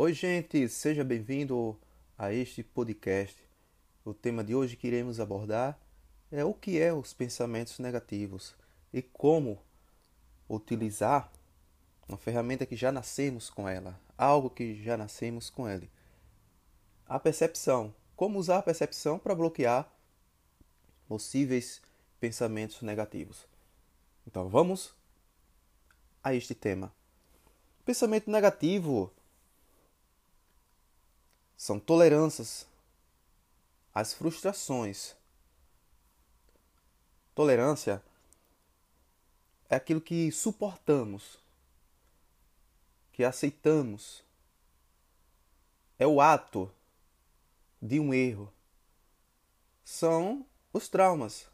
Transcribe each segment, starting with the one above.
Oi, gente, seja bem-vindo a este podcast. O tema de hoje que iremos abordar é o que é os pensamentos negativos e como utilizar uma ferramenta que já nascemos com ela, algo que já nascemos com ele. A percepção. Como usar a percepção para bloquear possíveis pensamentos negativos. Então, vamos a este tema. Pensamento negativo são tolerâncias às frustrações. Tolerância é aquilo que suportamos, que aceitamos. É o ato de um erro. São os traumas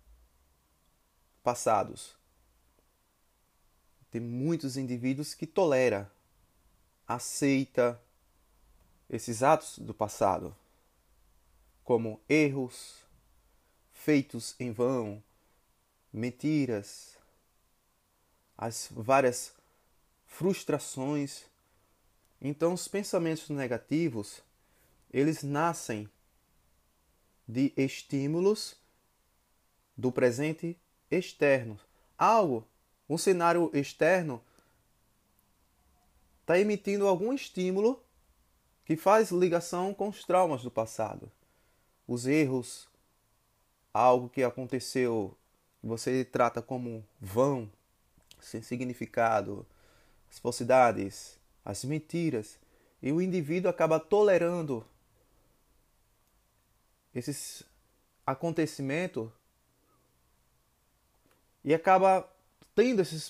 passados. Tem muitos indivíduos que toleram, aceita esses atos do passado, como erros feitos em vão, mentiras, as várias frustrações. Então, os pensamentos negativos, eles nascem de estímulos do presente externo. Um cenário externo está emitindo algum estímulo que faz ligação com os traumas do passado. Os erros, algo que aconteceu, você trata como vão, sem significado, as falsidades, as mentiras, e o indivíduo acaba tolerando esses acontecimentos e acaba tendo esses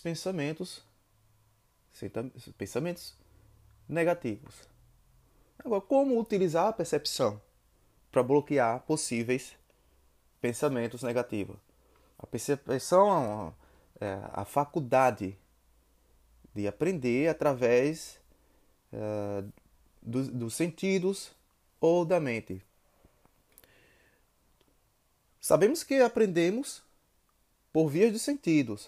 pensamentos negativos. Agora, como utilizar a percepção para bloquear possíveis pensamentos negativos? A percepção é a faculdade de aprender através dos sentidos ou da mente. Sabemos que aprendemos por vias dos sentidos.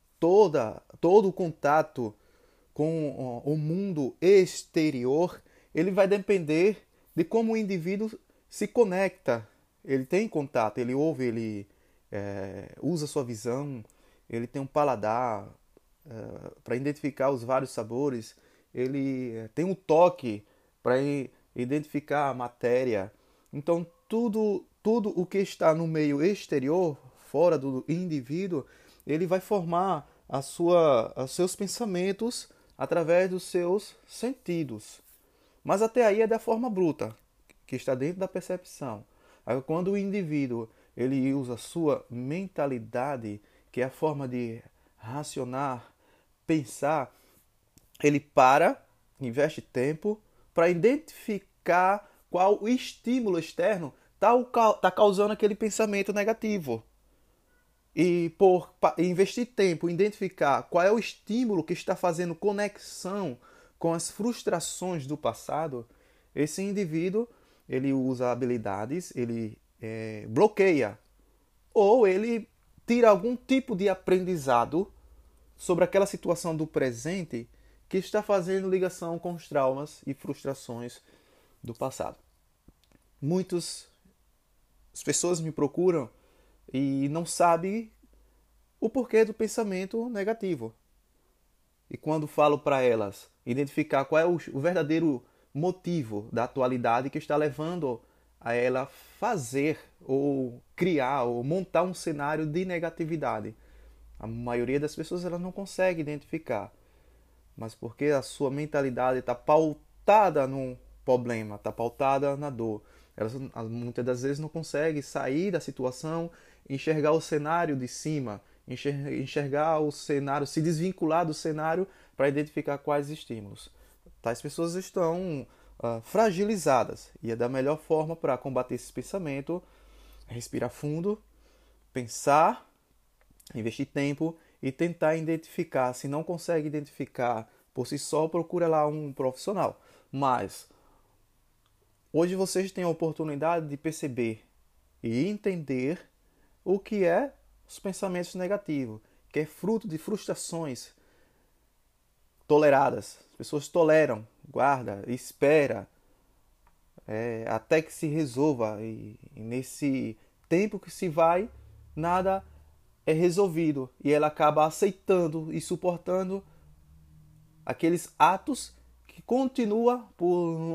Todo o contato com o mundo exterior, ele vai depender de como o indivíduo se conecta. Ele tem contato, ele ouve, ele usa sua visão, ele tem um paladar para identificar os vários sabores, ele tem um toque para identificar a matéria. Então, tudo o que está no meio exterior, fora do indivíduo, ele vai formar os seus pensamentos através dos seus sentidos. Mas até aí é da forma bruta, que está dentro da percepção. Aí, quando o indivíduo ele usa a sua mentalidade, que é a forma de racionar, pensar, ele investe tempo para identificar qual o estímulo externo está causando aquele pensamento negativo. E por investir tempo em identificar qual é o estímulo que está fazendo conexão com as frustrações do passado, esse indivíduo ele usa habilidades, ele bloqueia ou ele tira algum tipo de aprendizado sobre aquela situação do presente que está fazendo ligação com os traumas e frustrações do passado. Muitas pessoas me procuram e não sabem o porquê do pensamento negativo. E quando falo para elas identificar qual é o verdadeiro motivo da atualidade que está levando a ela fazer ou criar ou montar um cenário de negatividade, a maioria das pessoas ela não consegue identificar, mas porque a sua mentalidade está pautada num problema, está pautada na dor. Elas muitas das vezes não conseguem sair da situação, enxergar o cenário de cima, enxergar o cenário, se desvincular do cenário para identificar quais estímulos. Tais pessoas estão fragilizadas e é da melhor forma para combater esse pensamento respirar fundo, pensar, investir tempo e tentar identificar. Se não consegue identificar por si só, procura lá um profissional. Mas hoje vocês têm a oportunidade de perceber e entender o que é os pensamentos negativos, que é fruto de frustrações toleradas. As pessoas toleram, guarda, espera, até que se resolva. E nesse tempo que se vai, nada é resolvido. E ela acaba aceitando e suportando aqueles atos que continua por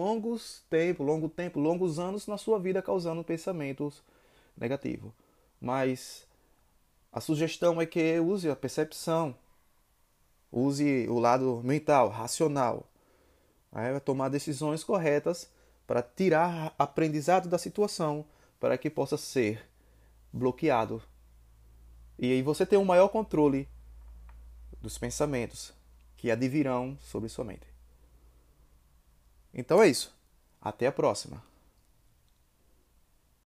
longos anos na sua vida, causando pensamentos negativos. Mas a sugestão é que use a percepção, use o lado mental, racional, tomar decisões corretas para tirar aprendizado da situação, para que possa ser bloqueado. E aí você tem um maior controle dos pensamentos que advirão sobre sua mente. Então é isso. Até a próxima.